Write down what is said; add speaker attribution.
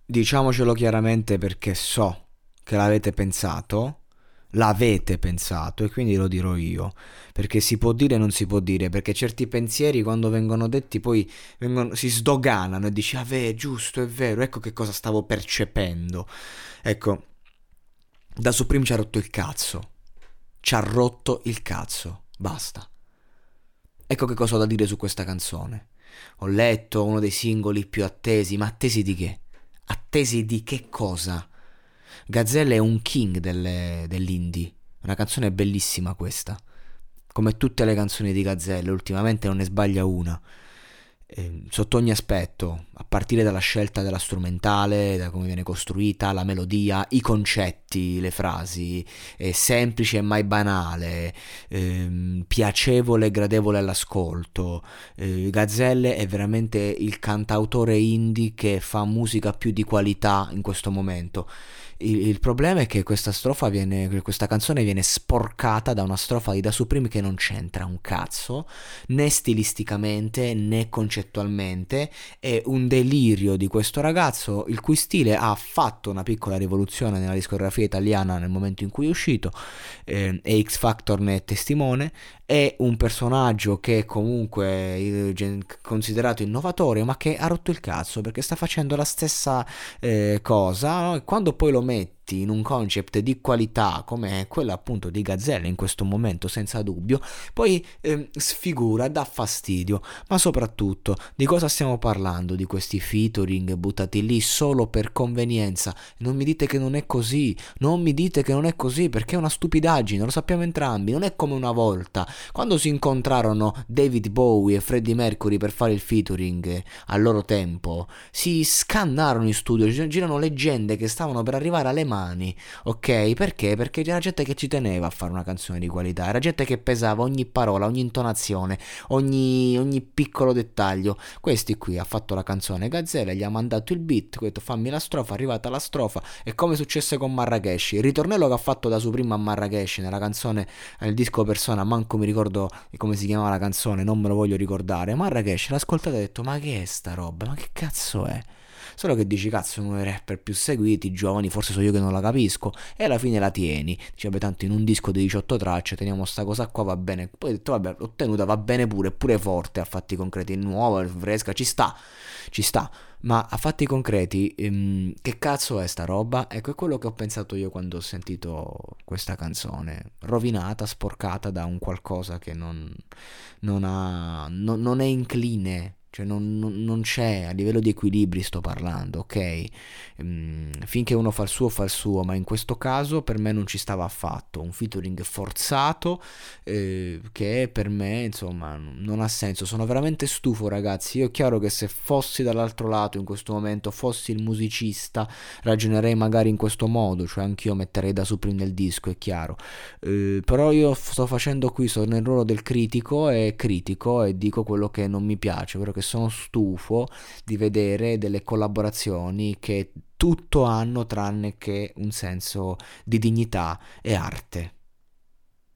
Speaker 1: Diciamocelo chiaramente perché so che l'avete pensato e quindi lo dirò io, perché si può dire e non si può dire, perché certi pensieri quando vengono detti poi si sdoganano e dici, ah, è giusto, è vero, ecco che cosa stavo percependo. Ecco, da Supreme ci ha rotto il cazzo, ci ha rotto il cazzo, basta. Ecco che cosa ho da dire su questa canzone. Ho letto uno dei singoli più attesi, ma attesi di che? Attesi di che cosa? Gazzelle è un king dell'indie. Una canzone bellissima questa. Come tutte le canzoni di Gazzelle, ultimamente non ne sbaglia una. Sotto ogni aspetto, a partire dalla scelta della strumentale, da come viene costruita, la melodia, i concetti, le frasi, è semplice e mai banale, piacevole e gradevole all'ascolto. Gazzelle è veramente il cantautore indie che fa musica più di qualità in questo momento. Il problema è che questa canzone viene sporcata da una strofa di Da Supreme che non c'entra un cazzo, né stilisticamente né concettualmente. È un delirio di questo ragazzo il cui stile ha fatto una piccola rivoluzione nella discografia italiana nel momento in cui è uscito, e X Factor ne è testimone. È un personaggio che è comunque considerato innovatore, ma che ha rotto il cazzo perché sta facendo la stessa cosa, no? E quando poi lo metti in un concept di qualità come quella appunto di Gazzelle in questo momento, senza dubbio, poi sfigura, dà fastidio. Ma soprattutto, di cosa stiamo parlando? Di questi featuring buttati lì solo per convenienza? Non mi dite che non è così, non mi dite che non è così, perché è una stupidaggine, lo sappiamo entrambi. Non è come una volta quando si incontrarono David Bowie e Freddie Mercury per fare il featuring al loro tempo. Si scannarono in studio, girano leggende che stavano per arrivare alle mani, ok? Perché? Perché c'era gente che ci teneva a fare una canzone di qualità, era gente che pesava ogni parola, ogni intonazione, ogni piccolo dettaglio. Questi qui ha fatto la canzone Gazzelle, gli ha mandato il beat, ha detto fammi la strofa, è arrivata la strofa, è come successe con Marrakesh, il ritornello che ha fatto da su prima a Marrakesh nella canzone, nel disco Persona, manco mi ricordo come si chiamava la canzone, non me lo voglio ricordare. Marrakesh l'ha ascoltata e ha detto ma che è sta roba, ma che cazzo è? Solo che dici cazzo, uno dei rapper più seguiti, giovani, forse so io che non la capisco, e alla fine la tieni. Dice vabbè tanto in un disco di 18 tracce teniamo sta cosa qua, va bene. Poi ho detto vabbè l'ho tenuta, va bene pure, pure forte, a fatti concreti, nuova, fresca, ci sta. Ma a fatti concreti, che cazzo è sta roba? Ecco, è quello che ho pensato io quando ho sentito questa canzone. Rovinata, sporcata da un qualcosa che non è incline. Cioè non c'è, a livello di equilibri sto parlando, ok? Finché uno fa il suo, ma in questo caso per me non ci stava affatto. Un featuring forzato, che per me insomma non ha senso. Sono veramente stufo, ragazzi. Io è chiaro che se fossi dall'altro lato in questo momento, fossi il musicista, ragionerei magari in questo modo, cioè anch'io metterei Da Supreme nel disco, è chiaro. Però io sto facendo qui, sono nel ruolo del critico e dico quello che non mi piace, ovvero che sono stufo di vedere delle collaborazioni che tutto hanno tranne che un senso di dignità e arte.